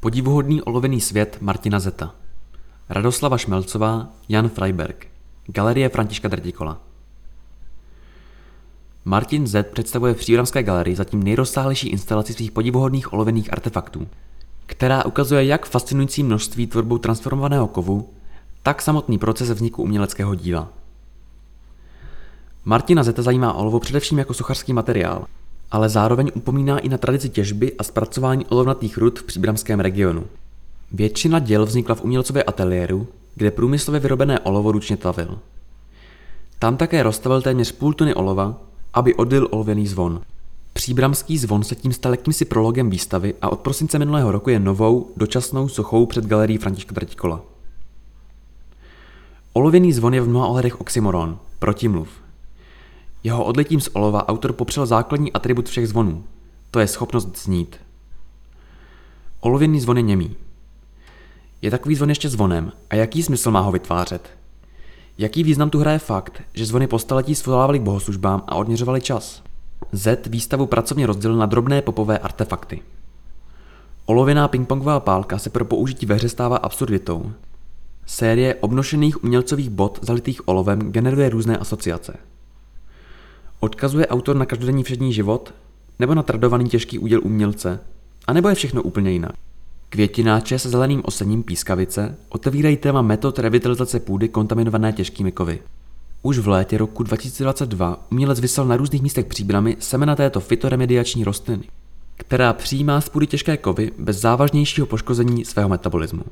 Podivuhodný olověný svět Martina Zeta. Radoslava Šmelcová, Jan Freiberg. Galerie Františka Drtikola. Martin Zet představuje v Příbramské galerii zatím nejrozsáhlejší instalaci svých podivuhodných olověných artefaktů, která ukazuje jak fascinující množství tvorbou transformovaného kovu, tak samotný proces vzniku uměleckého díla. Martina Zeta zajímá olovo především jako sochařský materiál, ale zároveň upomíná i na tradici těžby a zpracování olovnatých rud v příbramském regionu. Většina děl vznikla v umělcově ateliéru, kde průmyslově vyrobené olovo ručně tavil. Tam také roztavil téměř půl tuny olova, aby odlil olověný zvon. Příbramský zvon se tím stal jakýmsi prologem výstavy a od prosince minulého roku je novou, dočasnou sochou před galerií Františka Drtikola. Olověný zvon je v mnoha ohledech oxymoron, protimluv. Jeho odlitím z olova autor popřel základní atribut všech zvonů, to je schopnost znít. Olověný zvon je němý. Je takový zvon ještě zvonem a jaký smysl má ho vytvářet? Jaký význam tu hraje fakt, že zvony po staletí svolávaly k bohoslužbám a odměřovaly čas? Zet výstavu pracovně rozdělil na drobné popové artefakty. Olověná pingpongová pálka se pro použití ve hře stává absurditou. Série obnošených umělcových bot zalitých olovem generuje různé asociace. Odkazuje autor na každodenní všední život, nebo na tradovaný těžký úděl umělce, a nebo je všechno úplně jinak. Květináče se zeleným osením pískavice otevírají téma metod revitalizace půdy kontaminované těžkými kovy. Už v létě roku 2022 umělec vysel na různých místech Příbrami semena této fytoremediační rostliny, která přijímá z půdy těžké kovy bez závažnějšího poškození svého metabolismu.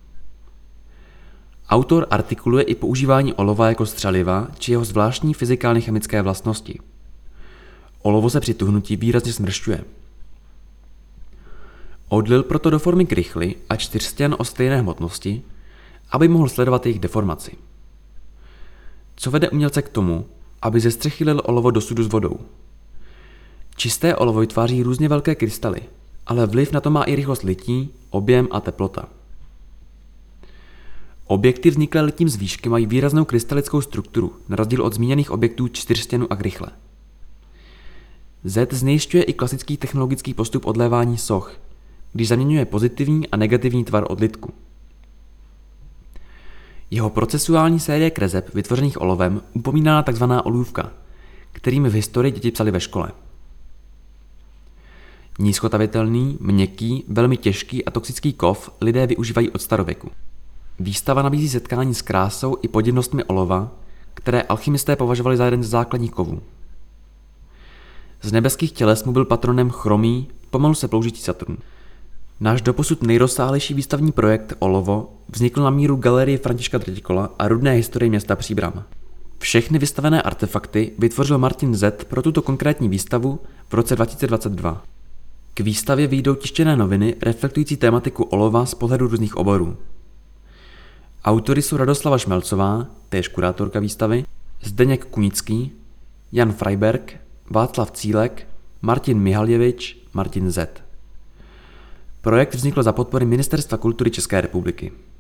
Autor artikuluje i používání olova jako střeliva či jeho zvláštní fyzikálně-chemické vlastnosti. Olovo se při tuhnutí výrazně smršťuje. Odlil proto do formy krychly a čtyřstěn o stejné hmotnosti, aby mohl sledovat jejich deformaci. Co vede umělce k tomu, aby ze střechy lil olovo do sudu s vodou? Čisté olovo vytváří různě velké krystaly, ale vliv na to má i rychlost lití, objem a teplota. Objekty vzniklé litím z výšky mají výraznou krystalickou strukturu, na rozdíl od zmíněných objektů čtyřstěnu a krychle. Zet znejisťuje i klasický technologický postup odlévání soch, když zaměňuje pozitivní a negativní tvar odlitku. Jeho procesuální série kreseb vytvořených olovem upomíná na tzv. Olůvka, kterými v historii děti psali ve škole. Nízkotavitelný, měkký, velmi těžký a toxický kov lidé využívají od starověku. Výstava nabízí setkání s krásou i podivnostmi olova, které alchymisté považovali za jeden z základních kovů. Z nebeských těles mu byl patronem chromý, pomalu se ploužící Saturn. Náš doposud nejrozsáhlejší výstavní projekt Olovo vznikl na míru galerie Františka Drtikola a rudné historie města Příbram. Všechny vystavené artefakty vytvořil Martin Zet pro tuto konkrétní výstavu v roce 2022. K výstavě vyjdou tištěné noviny reflektující tématiku olova z pohledu různých oborů. Autory jsou Radoslava Šmelcová, též kurátorka výstavy, Zdeněk Kunický, Jan Freiberg, Václav Cílek, Martin Mihaljevič, Martin Zet. Projekt vznikl za podpory Ministerstva kultury České republiky.